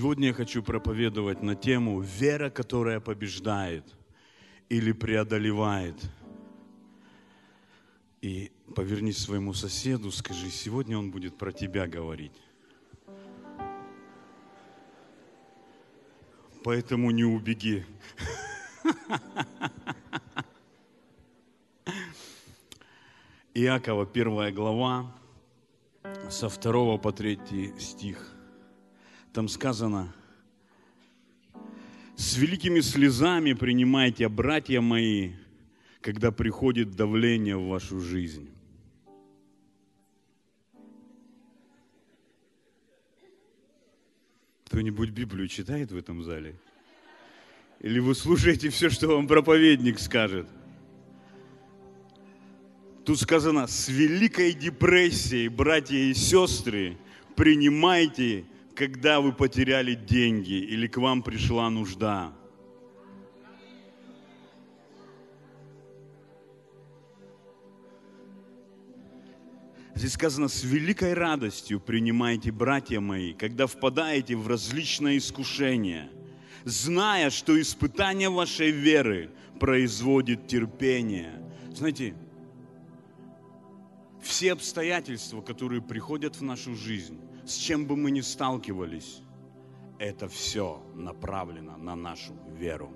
Сегодня я хочу проповедовать на тему «Вера, которая побеждает или преодолевает». И повернись к своему соседу, скажи, сегодня он будет про тебя говорить. Поэтому не убеги. Иакова, 1 глава, со 2 по 3 стих. Там сказано: «С великими слезами принимайте, братья мои, когда приходит давление в вашу жизнь». Кто-нибудь Библию читает в этом зале? Или вы слушаете все, что вам проповедник скажет? Тут сказано: с великой депрессией, братья и сестры, принимайте, когда вы потеряли деньги или к вам пришла нужда. Здесь сказано: с великой радостью принимайте, братья мои, когда впадаете в различные искушения, зная, что испытание вашей веры производит терпение. Знаете, все обстоятельства, которые приходят в нашу жизнь, с чем бы мы ни сталкивались, это все направлено на нашу веру.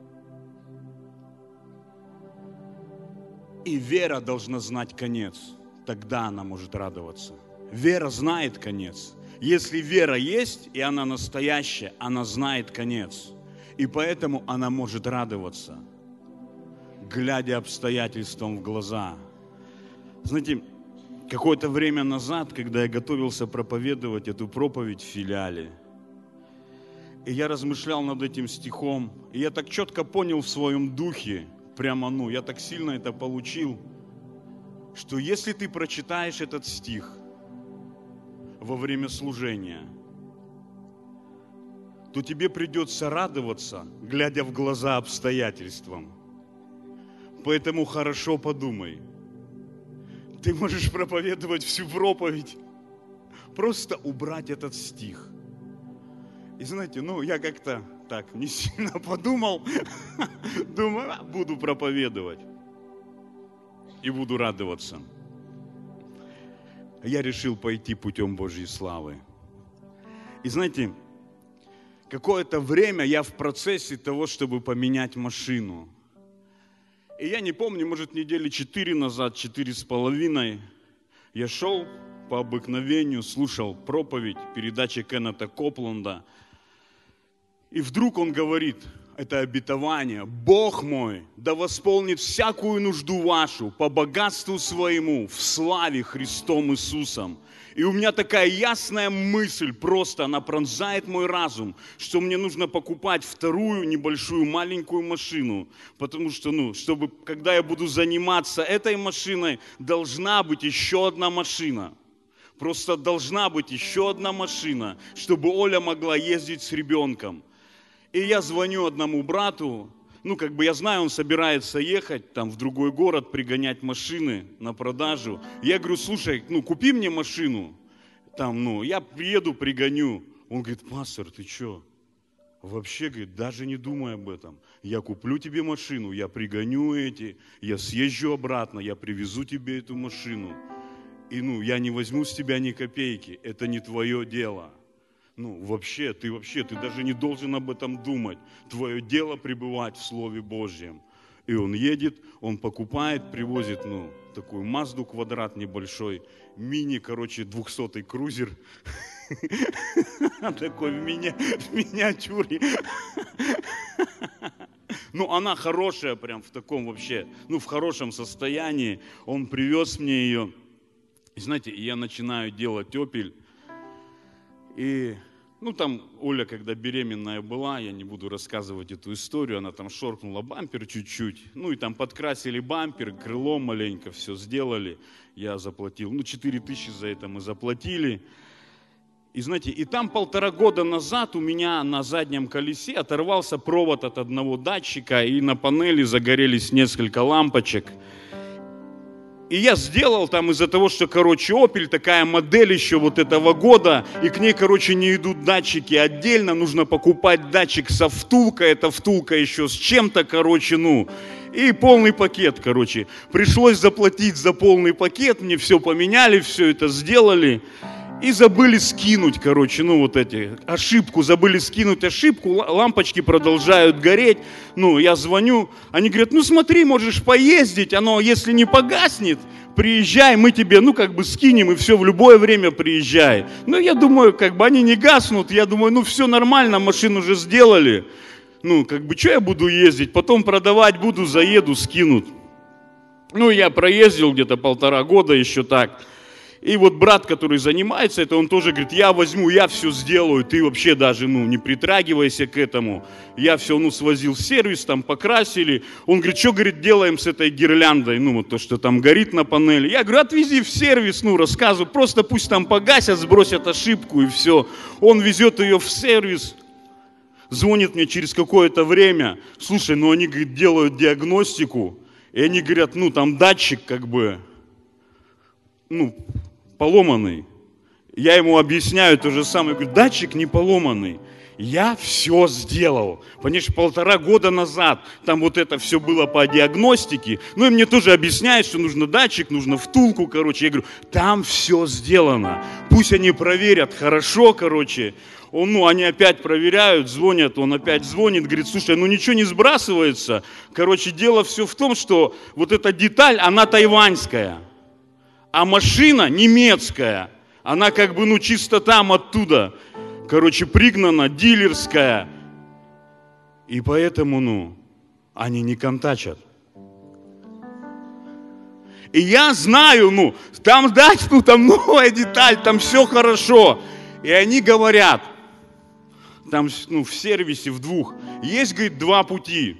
И вера должна знать конец. Тогда она может радоваться. Вера знает конец. Если вера есть, и она настоящая, она знает конец. И поэтому она может радоваться, глядя обстоятельствам в глаза. Знаете, какое-то время назад, когда я готовился проповедовать эту проповедь в филиале, и я размышлял над этим стихом, и я так четко понял в своем духе, прямо, я так сильно это получил, что если ты прочитаешь этот стих во время служения, то тебе придется радоваться, глядя в глаза обстоятельствам. Поэтому хорошо подумай. Ты можешь проповедовать всю проповедь, просто убрать этот стих. И знаете, я как-то так не сильно подумал, думаю, буду проповедовать. И буду радоваться. Я решил пойти путем Божьей славы. И знаете, какое-то время я в процессе того, чтобы поменять машину. И я не помню, может, недели 4 назад, 4,5, я шел по обыкновению, слушал проповедь, передачи Кеннета Копланда. И вдруг он говорит, это обетование: Бог мой да восполнит всякую нужду вашу по богатству своему в славе Христом Иисусом. И у меня такая ясная мысль, просто она пронзает мой разум, что мне нужно покупать вторую небольшую маленькую машину, потому что, чтобы, когда я буду заниматься этой машиной, должна быть еще одна машина. Просто должна быть еще одна машина, чтобы Оля могла ездить с ребенком. И я звоню одному брату, я знаю, он собирается ехать там в другой город, пригонять машины на продажу. Я говорю: слушай, купи мне машину, я приеду, пригоню. Он говорит: пастор, ты что? Вообще, говорит, даже не думай об этом. Я куплю тебе машину, я пригоню я съезжу обратно, я привезу тебе эту машину. И я не возьму с тебя ни копейки, это не твое дело. Ты даже не должен об этом думать. Твое дело пребывать в Слове Божьем. И он едет, он покупает, привозит, такую Мазду квадрат небольшой, мини, 200-й крузер. Такой в миниатюре. Она хорошая, прям в таком вообще, в хорошем состоянии. Он привез мне ее. И знаете, я начинаю делать «Опель». И, там Оля, когда беременная была, я не буду рассказывать эту историю, она там шоркнула бампер чуть-чуть, и там подкрасили бампер, крыло маленько, все сделали, я заплатил, 4 тысячи за это мы заплатили. И знаете, и там 1,5 года назад у меня на заднем колесе оторвался провод от одного датчика, и на панели загорелись несколько лампочек. И я сделал там из-за того, что, Opel, такая модель еще вот этого года, и к ней, не идут датчики отдельно, нужно покупать датчик со втулкой, эта втулка еще с чем-то, и полный пакет, Пришлось заплатить за полный пакет, мне все поменяли, все это сделали. И забыли скинуть, забыли скинуть ошибку, лампочки продолжают гореть. Я звоню, они говорят, смотри, можешь поездить, оно, если не погаснет, приезжай, мы тебе, скинем, и все, в любое время приезжай. Я думаю, они не гаснут, я думаю, все нормально, машину уже сделали. Что я буду ездить, потом продавать буду, заеду, скинут. Я проездил где-то 1,5 года еще так. И вот брат, который занимается это, он тоже говорит, я возьму, я все сделаю, ты вообще даже, не притрагивайся к этому. Я все, свозил в сервис, там покрасили. Он говорит, что, делаем с этой гирляндой, то, что там горит на панели. Я говорю, отвези в сервис, рассказываю, просто пусть там погасят, сбросят ошибку и все. Он везет ее в сервис, звонит мне через какое-то время. Слушай, они, говорит, делают диагностику, и они говорят, там датчик поломанный. Я ему объясняю то же самое. Говорю, датчик не поломанный. Я все сделал. Понимаешь, 1,5 года назад там вот это все было по диагностике. И мне тоже объясняют, что нужно датчик, нужно втулку, Я говорю, там все сделано. Пусть они проверят хорошо, они опять проверяют, звонят, он опять звонит, говорит, слушай, ничего не сбрасывается. Дело все в том, что вот эта деталь, она тайваньская. А машина немецкая, она чисто там оттуда, пригнана, дилерская. И поэтому, они не контачат. И я знаю, там там новая деталь, там все хорошо. И они говорят, там, в сервисе, в 2, есть, 2 пути.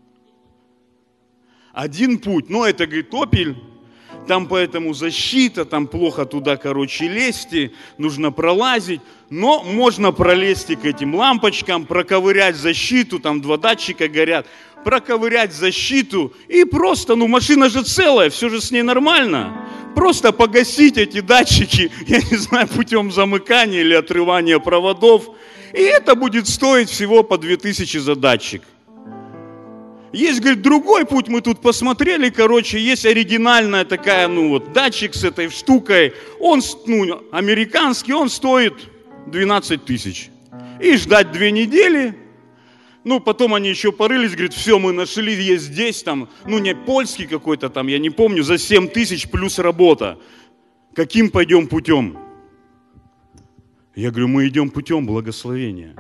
Один путь, это, Opel. Там поэтому защита, там плохо туда, лезть, нужно пролазить. Но можно пролезть и к этим лампочкам, проковырять защиту, там 2 датчика горят, проковырять защиту и просто, машина же целая, все же с ней нормально. Просто погасить эти датчики, я не знаю, путем замыкания или отрывания проводов. И это будет стоить всего по 2000 за датчик. Есть, другой путь, мы тут посмотрели, есть оригинальная такая, датчик с этой штукой, он, американский, он стоит 12 тысяч. И ждать 2 недели, потом они еще порылись, говорят, все, мы нашли, есть здесь, там, не польский какой-то там, я не помню, за 7 тысяч плюс работа. Каким пойдем путем? Я говорю, мы идем путем благословения.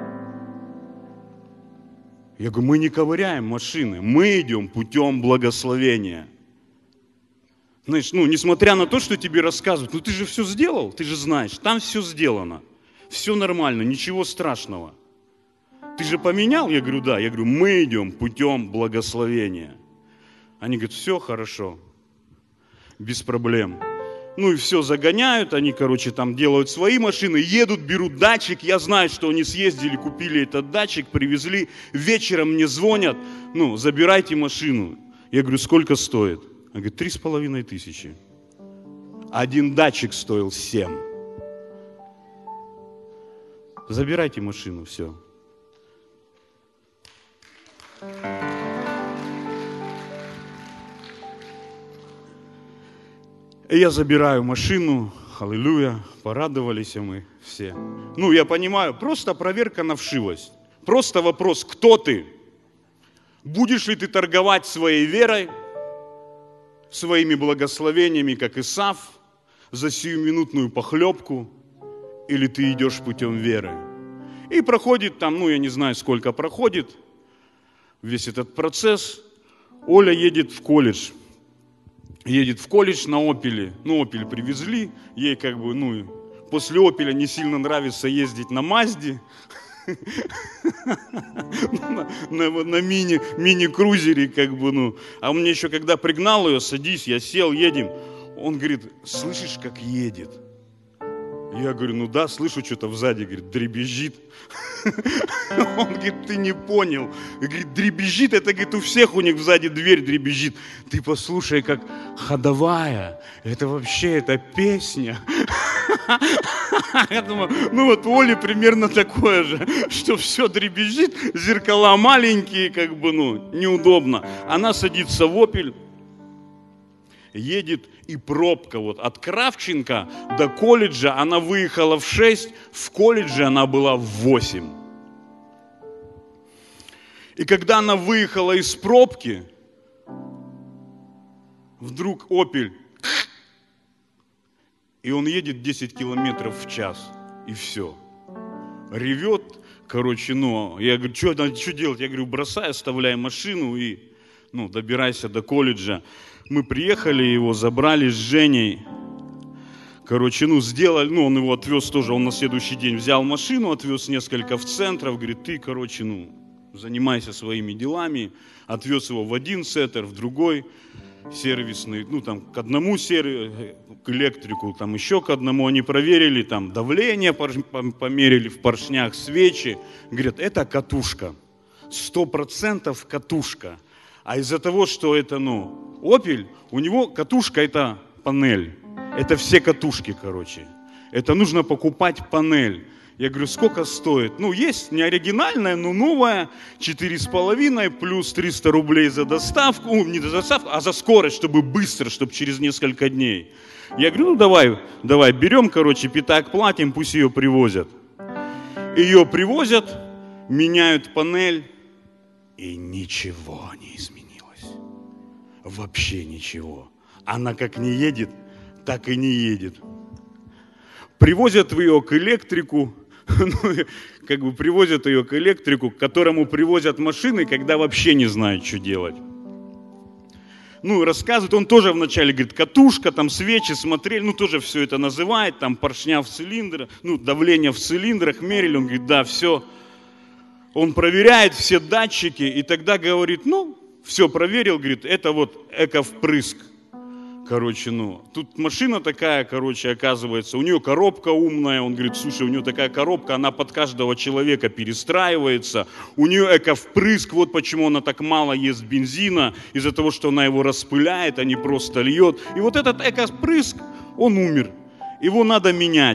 Я говорю, мы не ковыряем машины, мы идем путем благословения. Знаешь, несмотря на то, что тебе рассказывают, ты же все сделал, ты же знаешь, там все сделано, все нормально, ничего страшного. Ты же поменял? Я говорю, да. Я говорю, мы идем путем благословения. Они говорят, все хорошо, без проблем. И все загоняют, они, там делают свои машины, едут, берут датчик. Я знаю, что они съездили, купили этот датчик, привезли. Вечером мне звонят, забирайте машину. Я говорю, сколько стоит? Он говорит, 3500. Один датчик стоил 7. Забирайте машину, все. И я забираю машину, аллилуйя, порадовались мы все. Я понимаю, просто проверка на вшивость. Просто вопрос, кто ты? Будешь ли ты торговать своей верой, своими благословениями, как Исав, за сиюминутную похлебку, или ты идешь путем веры? И проходит там, я не знаю, сколько проходит весь этот процесс. Оля едет в колледж. Едет в колледж на Опеле. Опель привезли. Ей после Опеля не сильно нравится ездить на Мазде. На мини-крузере, А мне еще, когда пригнал ее, садись, я сел, едем. Он говорит, слышишь, как едет? Я говорю, ну да, слышу что-то сзади, говорит, дребезжит. Он говорит, ты не понял. Говорит, дребезжит, это, говорит, у всех у них сзади дверь дребезжит. Ты послушай, как ходовая, это вообще, это песня. Я думаю, ну вот у Оли примерно такое же, что все дребезжит, зеркала маленькие, как бы, ну, неудобно. Она садится в Opel, едет, и пробка вот от Кравченко до колледжа, она выехала в 6, в колледже она была в 8. И когда она выехала из пробки, вдруг Opel, и он едет 10 километров в час, и все. Ревет, короче, ну, я говорю, что делать? Я говорю, бросай, оставляй машину и, ну, добирайся до колледжа. Мы приехали, его забрали с Женей. Короче, ну, сделали, ну, он его отвез тоже, он на следующий день взял машину, отвез несколько в центров, говорит, ты, короче, ну, занимайся своими делами. Отвез его в один центр, в другой сервисный, ну, там, к одному к электрику, там, еще к одному. Они проверили, там, давление померили в поршнях, свечи. Говорят, это катушка, 100% катушка. А из-за того, что это, ну, Opel, у него катушка это панель. Это все катушки, короче. Это нужно покупать панель. Я говорю, сколько стоит? Ну, есть не оригинальная, но новая, 4,5 плюс 300 рублей за доставку. Ну, не за доставку, а за скорость, чтобы быстро, чтобы через несколько дней. Я говорю, ну, давай, берем, короче, пятак платим, пусть ее привозят. Ее привозят, меняют панель, и ничего не изменилось. Вообще ничего. Она как не едет, так и не едет. Привозят ее к электрику, как бы привозят ее к электрику, к которому привозят машины, когда вообще не знают, что делать. Ну, рассказывает, он тоже вначале говорит, катушка, там свечи смотрели, ну, тоже все это называет, там поршня в цилиндрах, ну, давление в цилиндрах мерили, он говорит, да, все. Он проверяет все датчики и тогда говорит, ну, все проверил, говорит, это вот эко-впрыск. Короче, ну, тут машина такая, короче, оказывается, у нее коробка умная, он говорит, слушай, у нее такая коробка, она под каждого человека перестраивается, у нее эко-впрыск, вот почему она так мало ест бензина, из-за того, что она его распыляет, а не просто льет. И вот этот эко-впрыск, он умер, его надо менять.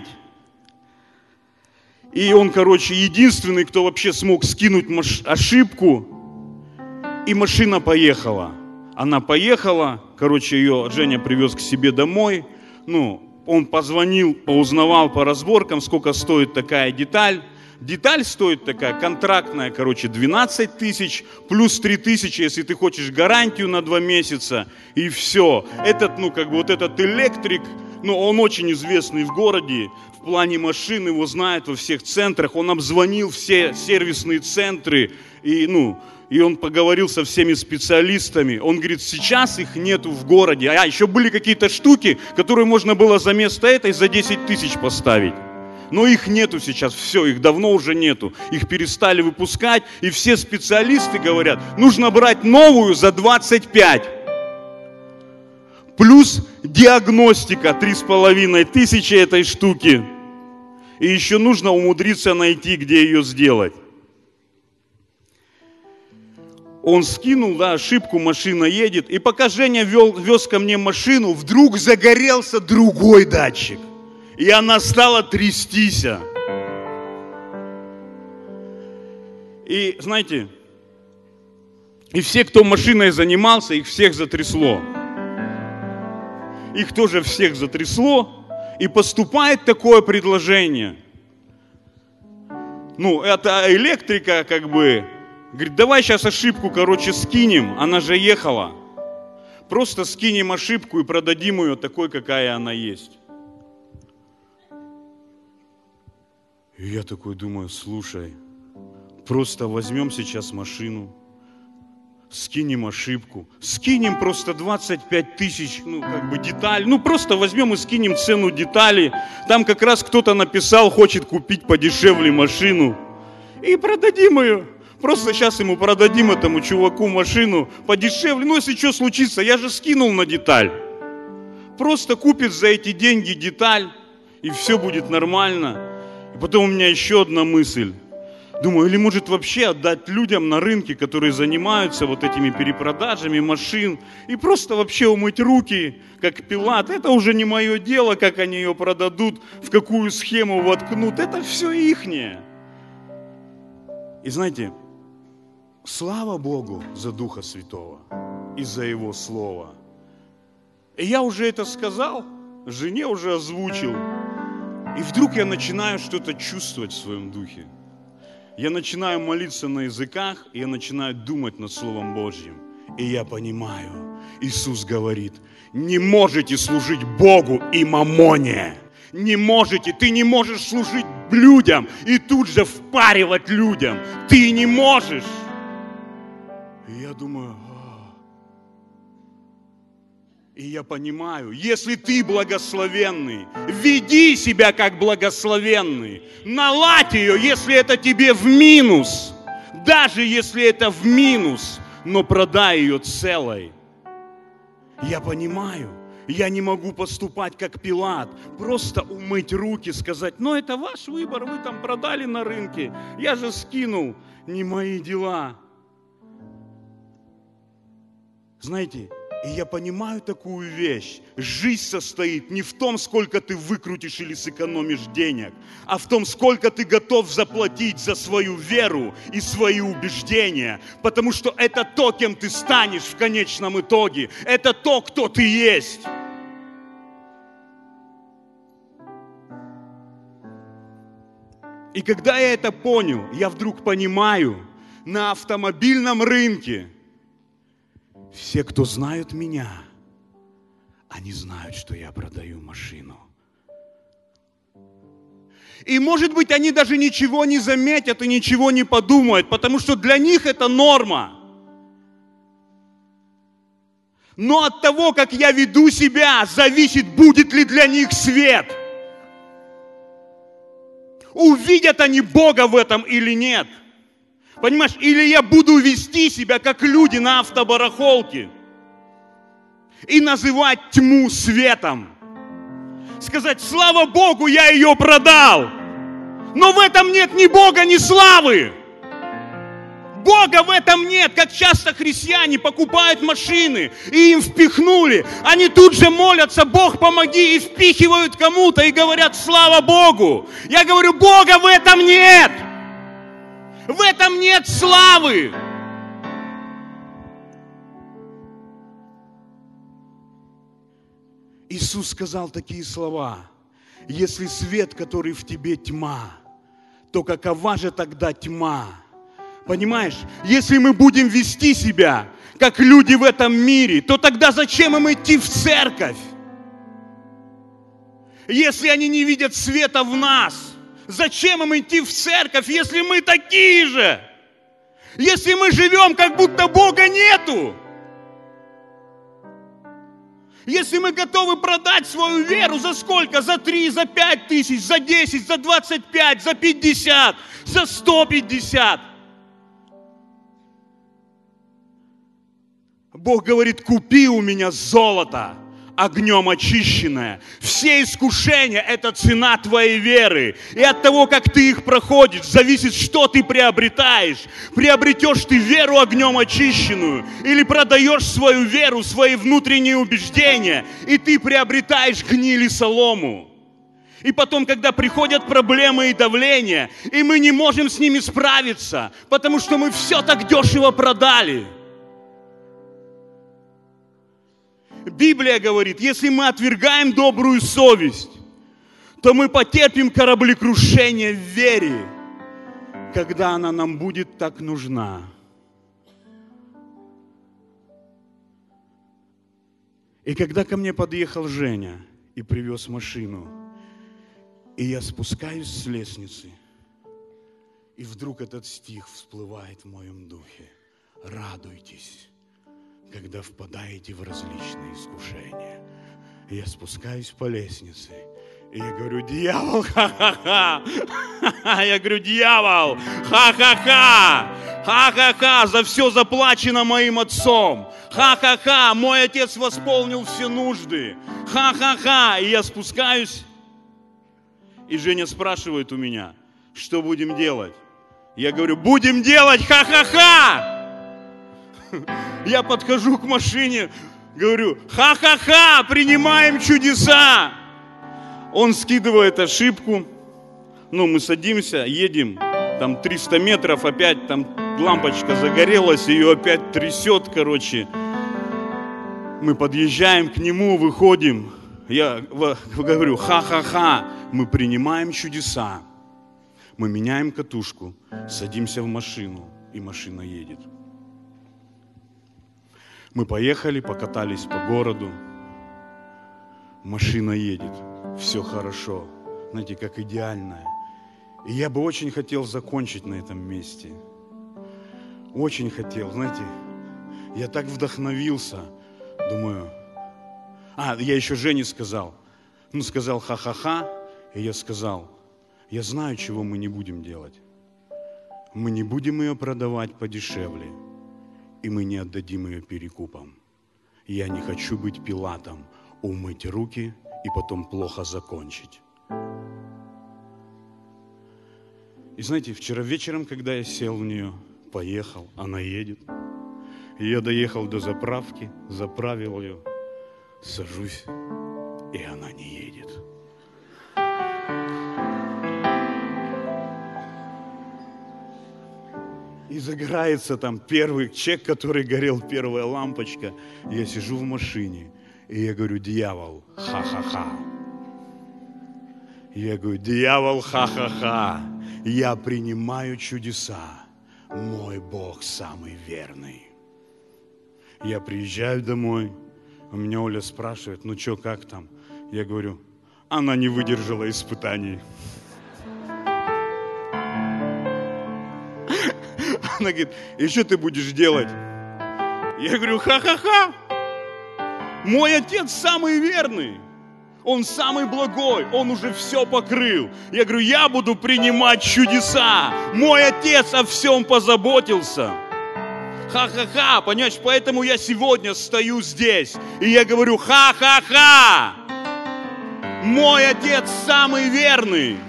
И он, короче, единственный, кто вообще смог скинуть ошибку, и машина поехала. Она поехала, короче, ее Женя привез к себе домой. Ну, он позвонил, поузнавал по разборкам, сколько стоит такая деталь. Деталь стоит такая, контрактная, короче, 12 тысяч, плюс 3 тысячи, если ты хочешь гарантию на 2 месяца, и все. Этот, ну, как бы вот этот электрик, ну, он очень известный в городе, в плане машин, его знают во всех центрах. Он обзвонил все сервисные центры, и, ну, и он поговорил со всеми специалистами. Он говорит, сейчас их нету в городе. А еще были какие-то штуки, которые можно было за место этой за 10 тысяч поставить. Но их нету сейчас, все, их давно уже нету. Их перестали выпускать, и все специалисты говорят, нужно брать новую за 25. Плюс диагностика 3500 этой штуки. И еще нужно умудриться найти, где ее сделать. Он скинул, да, ошибку, машина едет. И пока Женя вез ко мне машину, вдруг загорелся другой датчик. И она стала трястись. И, знаете, и все, кто машиной занимался, их всех затрясло. Их тоже всех затрясло. И поступает такое предложение. Ну, это электрика, как бы, говорит, давай сейчас ошибку, короче, скинем. Она же ехала. Просто скинем ошибку и продадим ее такой, какая она есть. И я такой думаю, слушай, просто возьмем сейчас машину, скинем ошибку, скинем просто 25 тысяч, ну, как бы деталь, ну, просто возьмем и скинем цену детали. Там как раз кто-то написал, хочет купить подешевле машину, и продадим ее. Просто сейчас ему продадим, этому чуваку, машину подешевле. Ну, если что случится, я же скинул на деталь. Просто купит за эти деньги деталь, и все будет нормально. И потом у меня еще одна мысль. Думаю, или может вообще отдать людям на рынке, которые занимаются вот этими перепродажами машин, и просто вообще умыть руки, как Пилат. Это уже не мое дело, как они ее продадут, в какую схему воткнут. Это все ихнее. И знаете, слава Богу за Духа Святого и за Его Слово. И я уже это сказал, жене уже озвучил. И вдруг я начинаю что-то чувствовать в своем духе. Я начинаю молиться на языках, и я начинаю думать над Словом Божьим. И я понимаю, Иисус говорит, не можете служить Богу и мамоне. Не можете, ты не можешь служить людям и тут же впаривать людям. Ты не можешь. И я думаю, и я понимаю, если ты благословенный, веди себя как благословенный. Наладь ее, если это тебе в минус. Даже если это в минус, но продай ее целой. Я понимаю, я не могу поступать как Пилат. Просто умыть руки, сказать, ну это ваш выбор, вы там продали на рынке. Я же скинул, не мои дела. Знаете, и я понимаю такую вещь. Жизнь состоит не в том, сколько ты выкрутишь или сэкономишь денег, а в том, сколько ты готов заплатить за свою веру и свои убеждения. Потому что это то, кем ты станешь в конечном итоге. Это то, кто ты есть. И когда я это понял, я вдруг понимаю, на автомобильном рынке все, кто знают меня, они знают, что я продаю машину. И, может быть, они даже ничего не заметят и ничего не подумают, потому что для них это норма. Но от того, как я веду себя, зависит, будет ли для них свет. Увидят они Бога в этом или нет. Понимаешь, или я буду вести себя, как люди на автобарахолке и называть тьму светом. Сказать, слава Богу, я ее продал. Но в этом нет ни Бога, ни славы. Бога в этом нет. Как часто христиане покупают машины и им впихнули. Они тут же молятся, Бог, помоги, и впихивают кому-то и говорят, слава Богу. Я говорю, Бога в этом нет. В этом нет славы. Иисус сказал такие слова. Если свет, который в тебе тьма, то какова же тогда тьма? Понимаешь? Если мы будем вести себя, как люди в этом мире, то тогда зачем им идти в церковь? Если они не видят света в нас, зачем им идти в церковь, если мы такие же? Если мы живем, как будто Бога нету? Если мы готовы продать свою веру за сколько? За 3, за 5 тысяч, за 10, за 25, за 50, за 150. Бог говорит, купи у меня золото, огнем очищенное. Все искушения – это цена твоей веры. И от того, как ты их проходишь, зависит, что ты приобретаешь. Приобретешь ты веру огнем очищенную или продаешь свою веру, свои внутренние убеждения, и ты приобретаешь гниль и солому. И потом, когда приходят проблемы и давление, и мы не можем с ними справиться, потому что мы все так дешево продали. Библия говорит, если мы отвергаем добрую совесть, то мы потерпим кораблекрушение в вере, когда она нам будет так нужна. И когда ко мне подъехал Женя и привез машину, и я спускаюсь с лестницы, и вдруг этот стих всплывает в моем духе. Радуйтесь, когда впадаете в различные искушения. Я спускаюсь по лестнице, и я говорю, дьявол, ха-ха-ха. Я говорю, дьявол, ха-ха-ха. Ха-ха-ха, за все заплачено моим отцом. Ха-ха-ха, мой отец восполнил все нужды. Ха-ха-ха. И я спускаюсь, И Женя спрашивает у меня, что будем делать? Я говорю, будем делать ха-ха-ха! Я подхожу к машине, говорю, ха-ха-ха, принимаем чудеса! Он скидывает ошибку, мы садимся, едем, там 300 метров, опять там лампочка загорелась, ее опять трясет, Мы подъезжаем к нему, выходим, я говорю, ха-ха-ха, мы принимаем чудеса. Мы меняем катушку, садимся в машину, и машина едет. Мы поехали, покатались по городу. Машина едет, все хорошо, знаете, как идеальная. И я бы очень хотел закончить на этом месте. Очень хотел, знаете, я так вдохновился, думаю. Я еще Жене сказал. Сказал ха-ха-ха, и я сказал, я знаю, чего мы не будем делать. Мы не будем ее продавать подешевле, и мы не отдадим ее перекупам. Я не хочу быть Пилатом, умыть руки и потом плохо закончить. И знаете, вчера вечером, когда я сел в нее, поехал, она едет. И я доехал до заправки, заправил ее, сажусь, и она не едет. И загорается там первый чек, который горел, первая лампочка. Я сижу в машине, и я говорю, дьявол, ха-ха-ха. Я говорю, дьявол, ха-ха-ха. Я принимаю чудеса. Мой Бог самый верный. Я приезжаю домой, у меня Оля спрашивает, как там? Я говорю, она не выдержала испытаний. Она говорит, и что ты будешь делать? Я говорю, ха-ха-ха. Мой отец самый верный. Он самый благой. Он уже все покрыл. Я говорю, я буду принимать чудеса. Мой отец о всем позаботился. Ха-ха-ха. Понимаешь, поэтому я сегодня стою здесь. И я говорю, ха-ха-ха. Мой отец самый верный.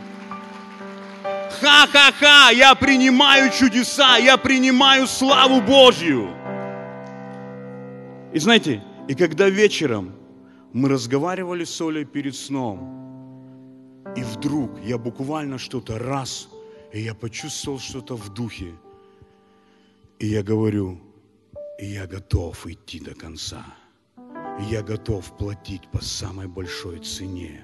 Ха-ха-ха, я принимаю чудеса, я принимаю славу Божью. И знаете, и когда вечером мы разговаривали с Олей перед сном, и вдруг я буквально что-то раз, и я почувствовал что-то в духе. И я говорю, и я готов идти до конца. И я готов платить по самой большой цене.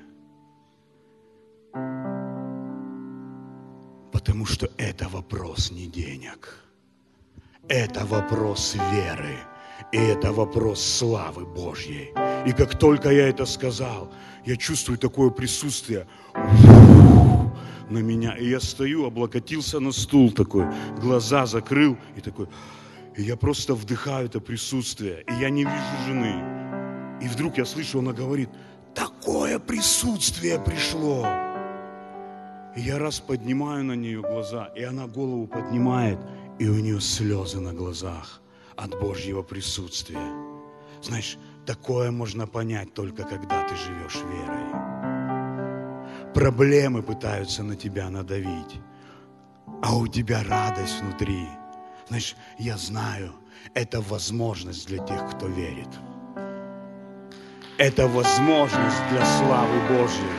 Потому что это вопрос не денег. Это вопрос веры. И это вопрос славы Божьей. И как только я это сказал, я чувствую такое присутствие на меня. И я стою, облокотился на стул такой, глаза закрыл и такой. И я просто вдыхаю это присутствие. И я не вижу жены. И вдруг я слышу, она говорит, такое присутствие пришло. И я раз поднимаю на нее глаза, и она голову поднимает, и у нее слезы на глазах от Божьего присутствия. Знаешь, такое можно понять только когда ты живешь верой. Проблемы пытаются на тебя надавить, а у тебя радость внутри. Знаешь, я знаю, это возможность для тех, кто верит. Это возможность для славы Божьей.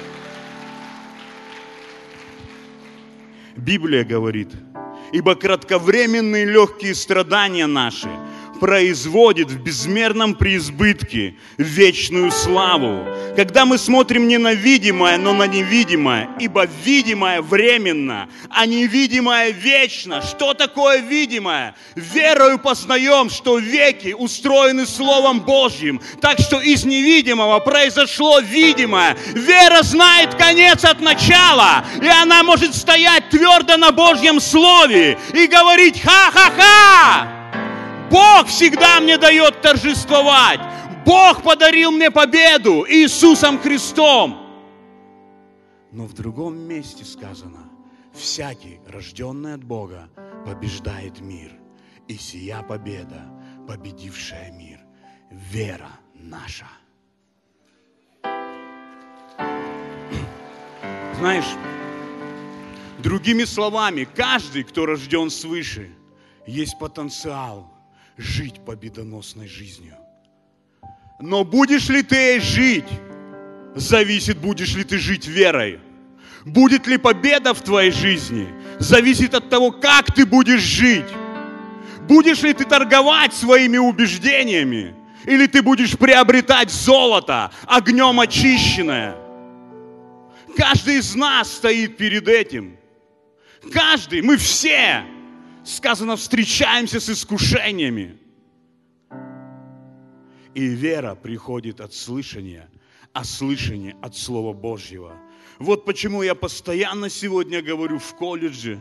Библия говорит, ибо кратковременные легкие страдания наши производят в безмерном преизбытке вечную славу. Когда мы смотрим не на видимое, но на невидимое, ибо видимое временно, а невидимое вечно. Что такое видимое? Верою познаем, что веки устроены Словом Божьим, так что из невидимого произошло видимое. Вера знает конец от начала, и она может стоять твердо на Божьем Слове и говорить ха-ха-ха! Бог всегда мне дает торжествовать. Бог подарил мне победу Иисусом Христом. Но в другом месте сказано, всякий, рожденный от Бога, побеждает мир. И сия победа, победившая мир, вера наша. Знаешь, другими словами, каждый, кто рожден свыше, есть потенциал жить победоносной жизнью. Но будешь ли ты жить, зависит, будешь ли ты жить верой. Будет ли победа в твоей жизни, зависит от того, как ты будешь жить. Будешь ли ты торговать своими убеждениями, или ты будешь приобретать золото, огнем очищенное. Каждый из нас стоит перед этим. Каждый, мы все, сказано, встречаемся с искушениями. И вера приходит от слышания, а слышание от Слова Божьего. Вот почему я постоянно сегодня говорю в колледже.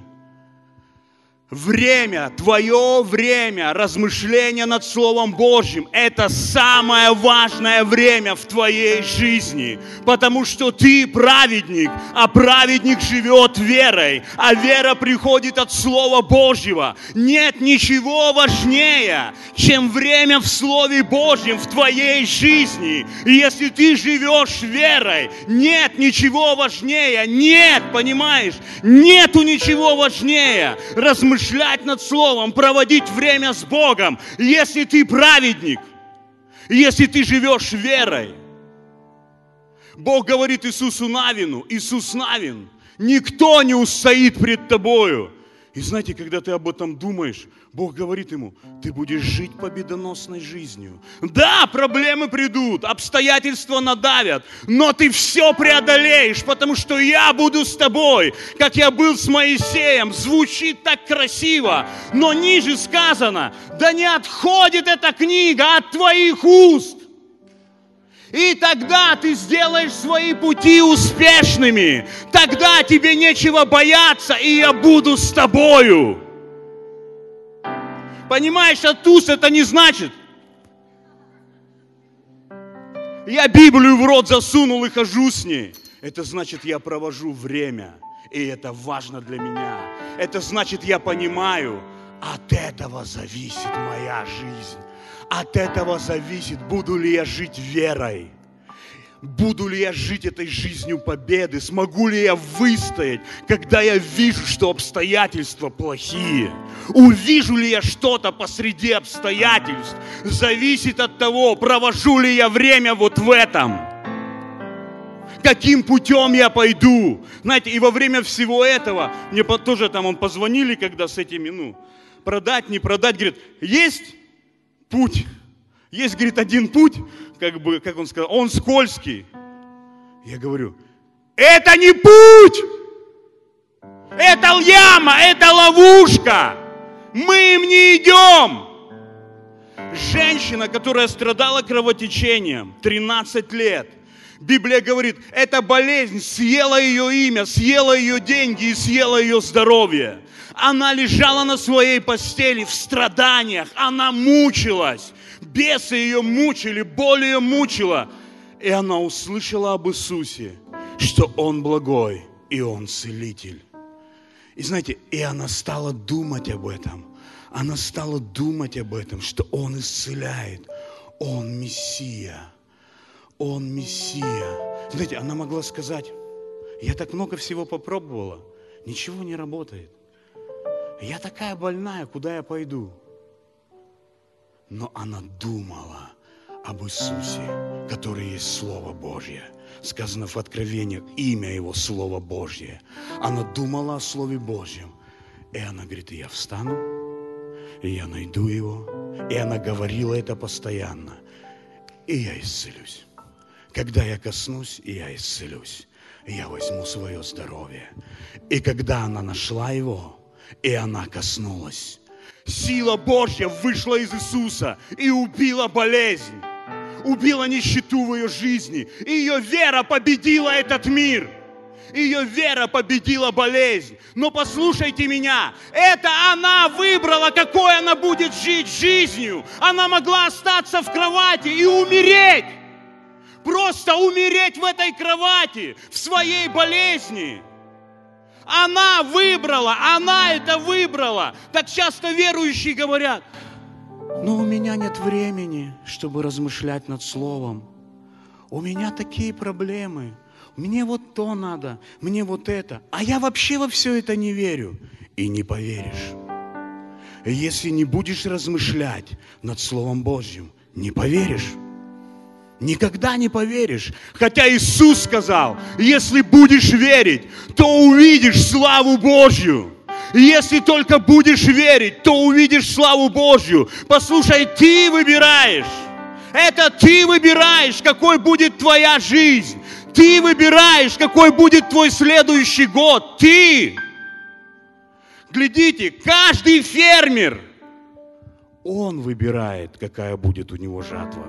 Время, твое время размышления над Словом Божьим – это самое важное время в твоей жизни, потому что ты праведник, а праведник живет верой, а вера приходит от Слова Божьего. Нет ничего важнее, чем время в Слове Божьем в твоей жизни. И если ты живешь верой, нет ничего важнее, нет, понимаешь, нету ничего важнее размышлять над Словом, проводить время с Богом, если ты праведник, если ты живешь верой. Бог говорит Иисусу Навину: Иисус Навин, никто не устоит пред тобою. И знаете, когда ты об этом думаешь, Бог говорит ему: ты будешь жить победоносной жизнью. Да, проблемы придут, обстоятельства надавят, но ты все преодолеешь, потому что я буду с тобой, как я был с Моисеем. Звучит так красиво, но ниже сказано: да не отходит эта книга от твоих уст. И тогда ты сделаешь свои пути успешными. Тогда тебе нечего бояться, и я буду с тобою. Понимаешь, от уст это не значит: я Библию в рот засунул и хожу с ней. Это значит, я провожу время, и это важно для меня. Это значит, я понимаю, от этого зависит моя жизнь. От этого зависит, буду ли я жить верой. Буду ли я жить этой жизнью победы? Смогу ли я выстоять, когда я вижу, что обстоятельства плохие? Увижу ли я что-то посреди обстоятельств? Зависит от того, провожу ли я время вот в этом. Каким путем я пойду? Знаете, и во время всего этого, мне тоже там позвонили, когда с этими, продать, не продать, говорит, есть путь. Есть, говорит, один путь, как он сказал, он скользкий. Я говорю, это не путь, это яма, это ловушка. Мы им не идем. Женщина, которая страдала кровотечением 13 лет, Библия говорит, эта болезнь съела ее имя, съела ее деньги и съела ее здоровье. Она лежала на своей постели в страданиях, она мучилась. Бесы ее мучили, боль ее мучила. И она услышала об Иисусе, что Он благой и Он целитель. И знаете, и она стала думать об этом. Она стала думать об этом, что Он исцеляет. Он Мессия. Он Мессия. Знаете, она могла сказать, я так много всего попробовала, ничего не работает. Я такая больная, куда я пойду? Но она думала об Иисусе, который есть Слово Божье. Сказано в Откровениях, имя Его Слово Божье. Она думала о Слове Божьем. И она говорит, я встану, и я найду Его. И она говорила это постоянно. И я исцелюсь. Когда я коснусь, и я исцелюсь. И я возьму свое здоровье. И когда она нашла Его, и она коснулась, сила Божья вышла из Иисуса и убила болезнь, убила нищету в ее жизни. И ее вера победила этот мир. Ее вера победила болезнь. Но послушайте меня, это она выбрала, какой она будет жить жизнью. Она могла остаться в кровати и умереть. Просто умереть в этой кровати, в своей болезни. Она выбрала, она это выбрала. Так часто верующие говорят, но у меня нет времени, чтобы размышлять над Словом. У меня такие проблемы. мне вот то надо, мне вот это. А я вообще во все это не верю. И не поверишь. Если не будешь размышлять над Словом Божьим, не поверишь. Никогда не поверишь. Хотя Иисус сказал, если будешь верить, то увидишь славу Божью. Если только будешь верить, то увидишь славу Божью. Послушай, ты выбираешь. Это ты выбираешь, какой будет твоя жизнь. Ты выбираешь, какой будет твой следующий год. Ты. Глядите, каждый фермер, он выбирает, какая будет у него жатва.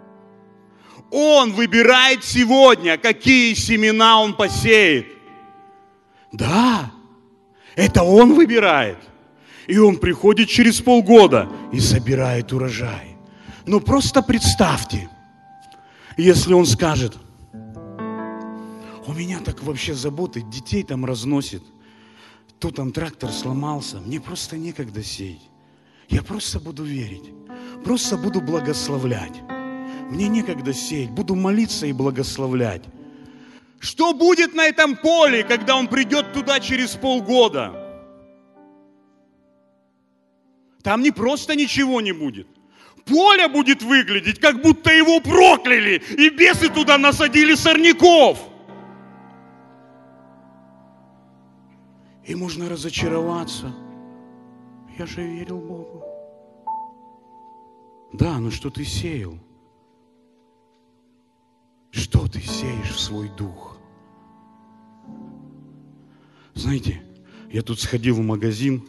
Он выбирает сегодня, какие семена он посеет. Да, это он выбирает. И он приходит через полгода и собирает урожай. Но просто представьте, если он скажет, у меня так вообще заботы, детей там разносит. Тут там трактор сломался, мне просто некогда сеять. Я просто буду верить, просто буду благословлять. Мне некогда сеять, буду молиться и благословлять. Что будет на этом поле, когда он придет туда через полгода? Там не просто ничего не будет. Поле будет выглядеть, как будто его прокляли, и бесы туда насадили сорняков. И можно разочароваться. Я же верил Богу. Да, но что ты сеял? Что ты сеешь в свой дух? Знаете, я тут сходил в магазин.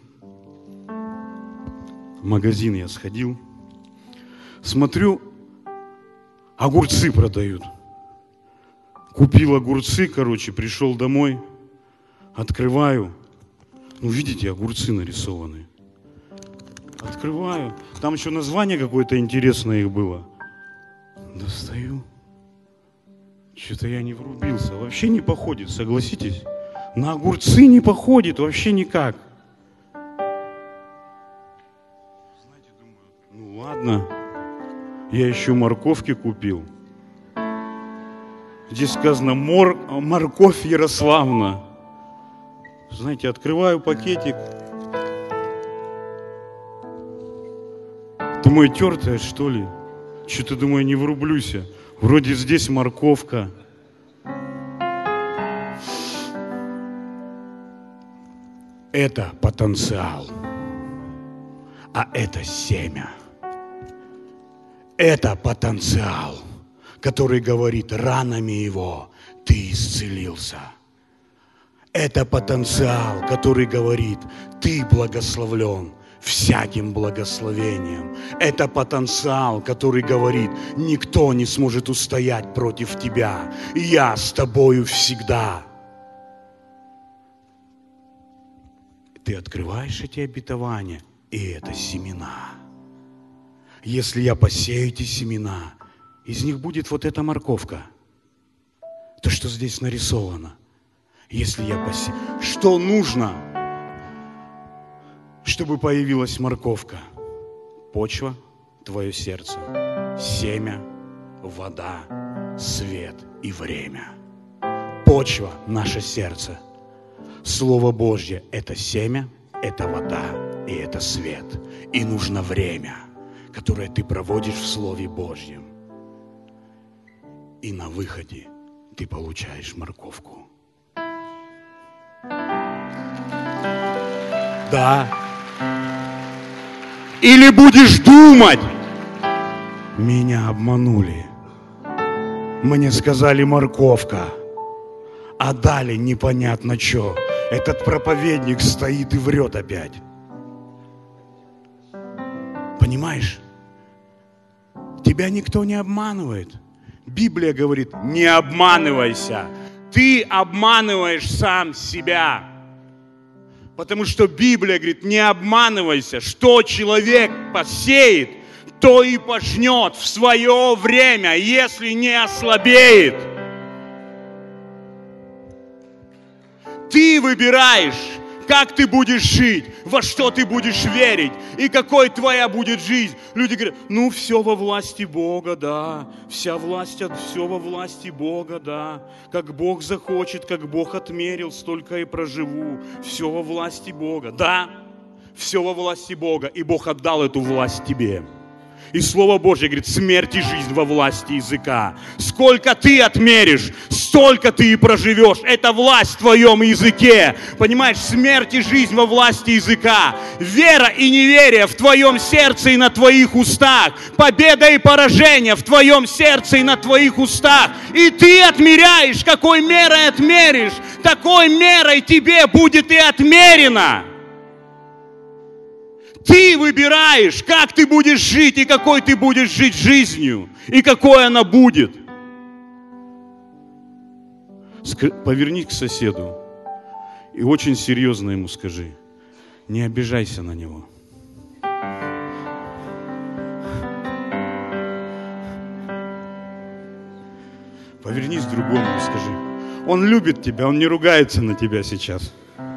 В магазин я сходил. Смотрю, огурцы продают. Купил огурцы, пришел домой. Открываю. Ну, видите, огурцы нарисованы. Открываю. Там еще название какое-то интересное их было. Достаю. Что-то я не врубился. Вообще не походит, согласитесь? На огурцы не походит вообще никак. Знаете, думаю, ну ладно. Я еще морковки купил. Здесь сказано морковь Ярославна. Знаете, открываю пакетик. Думаю, тертая, что ли? Что-то, думаю, не врублюсь. Вроде здесь морковка. Это потенциал. А это семя. Это потенциал, который говорит, ранами его ты исцелился. Это потенциал, который говорит, ты благословлен всяким благословением. Это потенциал, который говорит, никто не сможет устоять против тебя. Я с тобою всегда. Ты открываешь эти обетования, и это семена. Если я посею эти семена, из них будет вот эта морковка. То, что здесь нарисовано. Если я посею... Что нужно, чтобы появилась морковка? Почва, твое сердце, семя, вода, свет и время. Почва – наше сердце. Слово Божье – это семя, это вода и это свет. И нужно время, которое ты проводишь в Слове Божьем. И на выходе ты получаешь морковку. Да. Или будешь думать, меня обманули. Мне сказали морковка, а дали непонятно что. Этот проповедник стоит и врет опять. Понимаешь? Тебя никто не обманывает. Библия говорит, не обманывайся. Ты обманываешь сам себя. Потому что Библия говорит, не обманывайся. Что человек посеет, то и пожнет в свое время, если не ослабеет. Ты выбираешь, как ты будешь жить, во что ты будешь верить и какой твоя будет жизнь. Люди говорят, ну все во власти Бога, да, все во власти Бога, да, как Бог захочет, как Бог отмерил, столько и проживу, все во власти Бога, да, все во власти Бога, и Бог отдал эту власть тебе. И Слово Божье говорит, смерть и жизнь во власти языка. Сколько ты отмеришь, столько ты и проживешь. Это власть в твоем языке. Понимаешь, смерть и жизнь во власти языка. Вера и неверие в твоем сердце и на твоих устах. Победа и поражение в твоем сердце и на твоих устах. И ты отмеряешь, какой мерой отмеришь, такой мерой тебе будет и отмерено. Ты выбираешь, как ты будешь жить и какой ты будешь жить жизнью, и какой она будет. Повернись к соседу и очень серьезно ему скажи, не обижайся на него. Повернись к другому и скажи, он любит тебя, он не ругается на тебя сейчас.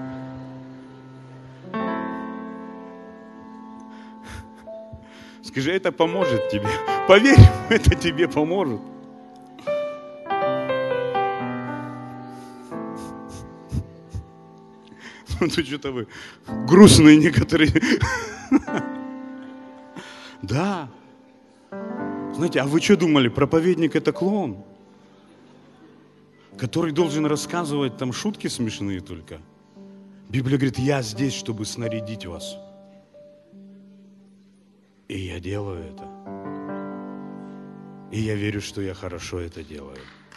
Скажи, это поможет тебе. Поверь, это тебе поможет. Ну, тут что-то вы грустные некоторые. Да. Знаете, а вы что думали, проповедник это клоун? Который должен рассказывать там шутки смешные только? Библия говорит, я здесь, чтобы снарядить вас. И я делаю это. И я верю, что я хорошо это делаю.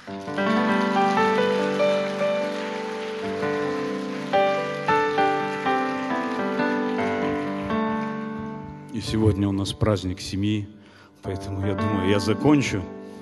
И сегодня у нас праздник семьи, поэтому я думаю, я закончу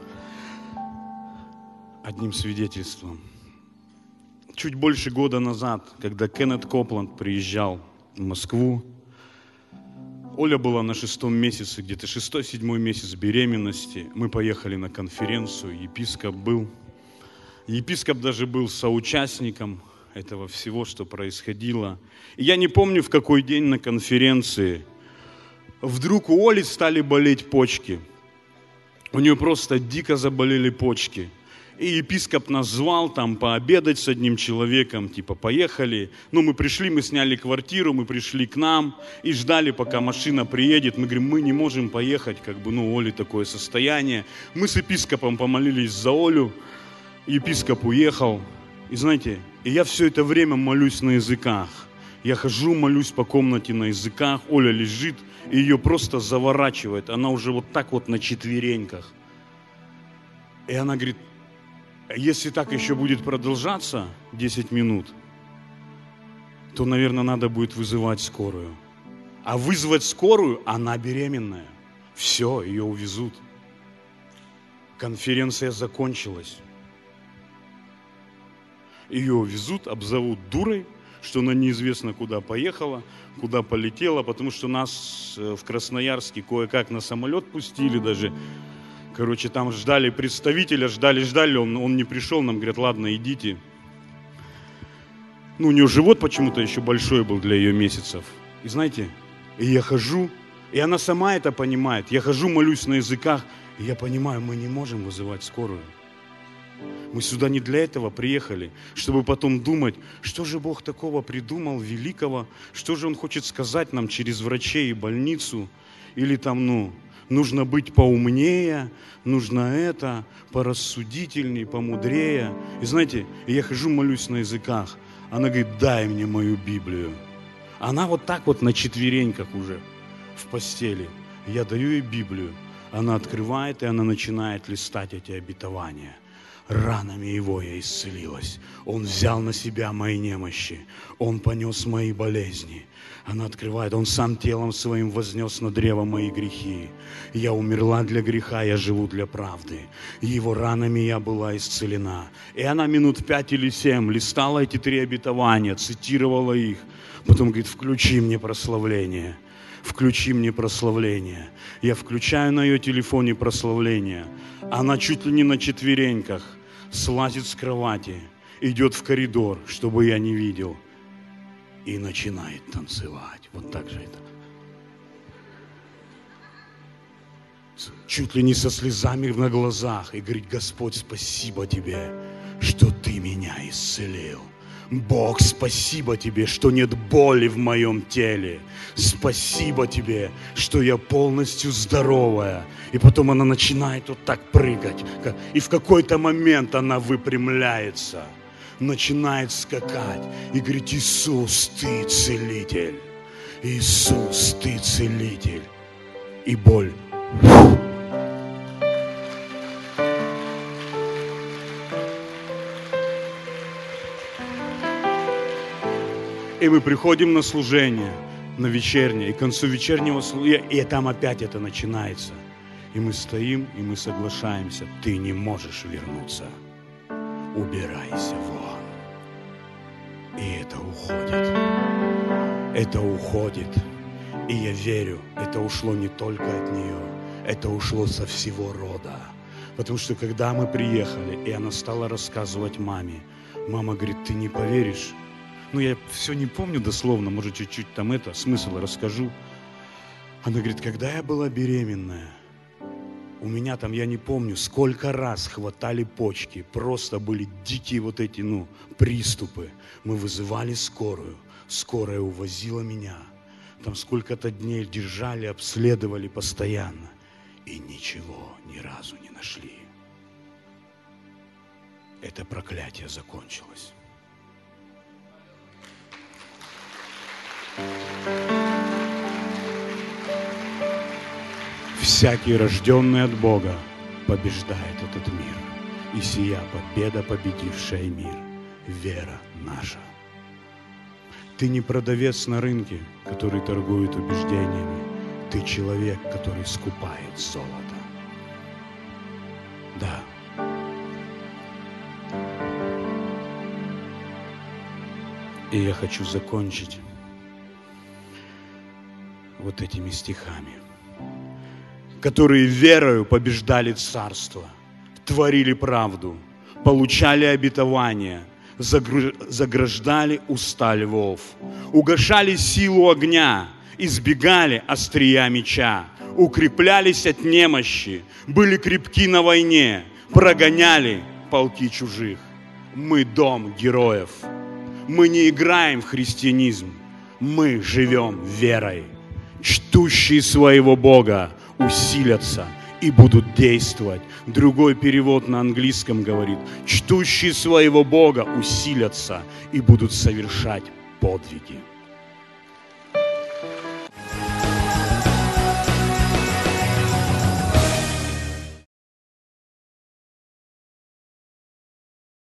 одним свидетельством. Чуть больше года назад, когда Кеннет Копланд приезжал в Москву, Оля была на 6-м месяце, где-то 6-7 месяц беременности. Мы поехали на конференцию, епископ был. Епископ даже был соучастником этого всего, что происходило. И я не помню, в какой день на конференции вдруг у Оли стали болеть почки. У нее просто дико заболели почки. И епископ нас звал там пообедать с одним человеком, типа поехали. Ну мы пришли, мы сняли квартиру, мы пришли к нам и ждали, пока машина приедет. Мы говорим, мы не можем поехать, как бы, ну у Оли такое состояние. Мы с епископом помолились за Олю, епископ уехал. И знаете, и я все это время молюсь на языках. Я хожу, молюсь по комнате на языках, Оля лежит, и ее просто заворачивает. Она уже вот так вот на четвереньках. И она говорит, если так еще будет продолжаться 10 минут, то, наверное, надо будет вызывать скорую. А вызвать скорую, она беременная. Все, ее увезут. Конференция закончилась. Ее увезут, обзовут дурой, что она неизвестно куда поехала, куда полетела, потому что нас в Красноярске кое-как на самолет пустили даже. Короче, там ждали представителя, ждали, он не пришел, нам говорят, ладно, идите. Ну, у нее живот почему-то еще большой был для ее месяцев. И знаете, и я хожу, и она сама это понимает. Я хожу, молюсь на языках, и я понимаю, мы не можем вызывать скорую. Мы сюда не для этого приехали, чтобы потом думать, что же Бог такого придумал великого, что же Он хочет сказать нам через врачей и больницу, или там, нужно быть поумнее, нужно это, порассудительней, помудрее. И знаете, я хожу, молюсь на языках. Она говорит, дай мне мою Библию. Она вот так вот на четвереньках уже в постели. Я даю ей Библию. Она открывает, и она начинает листать эти обетования. Ранами Его я исцелилась. Он взял на себя мои немощи. Он понес мои болезни. Она открывает, Он сам телом своим вознес на древо мои грехи. Я умерла для греха, я живу для правды. Его ранами я была исцелена. И она минут 5 или 7 листала эти 3 обетования, цитировала их. Потом говорит, включи мне прославление. Включи мне прославление. Я включаю на ее телефоне прославление. Она чуть ли не на четвереньках слазит с кровати, идет в коридор, чтобы я не видел. и начинает танцевать. Вот так же это. Чуть ли не со слезами на глазах. И говорит: Господь, спасибо Тебе, что Ты меня исцелил. Бог, спасибо Тебе, что нет боли в моем теле. Спасибо Тебе, что я полностью здоровая. И потом она начинает вот так прыгать. И в какой-то момент она выпрямляется, начинает скакать и говорит: Иисус, Ты целитель. Иисус, Ты целитель. И боль. И мы приходим на служение, на вечернее, и к концу вечернего служения, и там опять это начинается. И мы стоим, и мы соглашаемся: ты не можешь вернуться. Убирайся вон. И это уходит. Это уходит. И я верю, это ушло не только от нее, это ушло со всего рода. Потому что когда мы приехали, и она стала рассказывать маме, мама говорит: ты не поверишь. Ну, я все не помню дословно, может, чуть-чуть там смысл расскажу. Она говорит: когда я была беременная, у меня там, я не помню, сколько раз хватали почки, просто были дикие вот эти, приступы. Мы вызывали скорую, скорая увозила меня. Там сколько-то дней держали, обследовали постоянно. И ничего ни разу не нашли. Это проклятие закончилось. Всякий, рожденный от Бога, побеждает этот мир. И сия победа, победившая мир, вера наша. Ты не продавец на рынке, который торгует убеждениями. Ты человек, который скупает золото. Да. И я хочу закончить вот этими стихами, которые верою побеждали царство, творили правду, получали обетование, заграждали уста львов, угашали силу огня, избегали острия меча, укреплялись от немощи, были крепки на войне, прогоняли полки чужих. Мы дом героев. Мы не играем в христианизм, мы живем верой. Чтущие своего Бога усилятся и будут действовать. Другой перевод на английском говорит: чтущие своего Бога усилятся и будут совершать подвиги.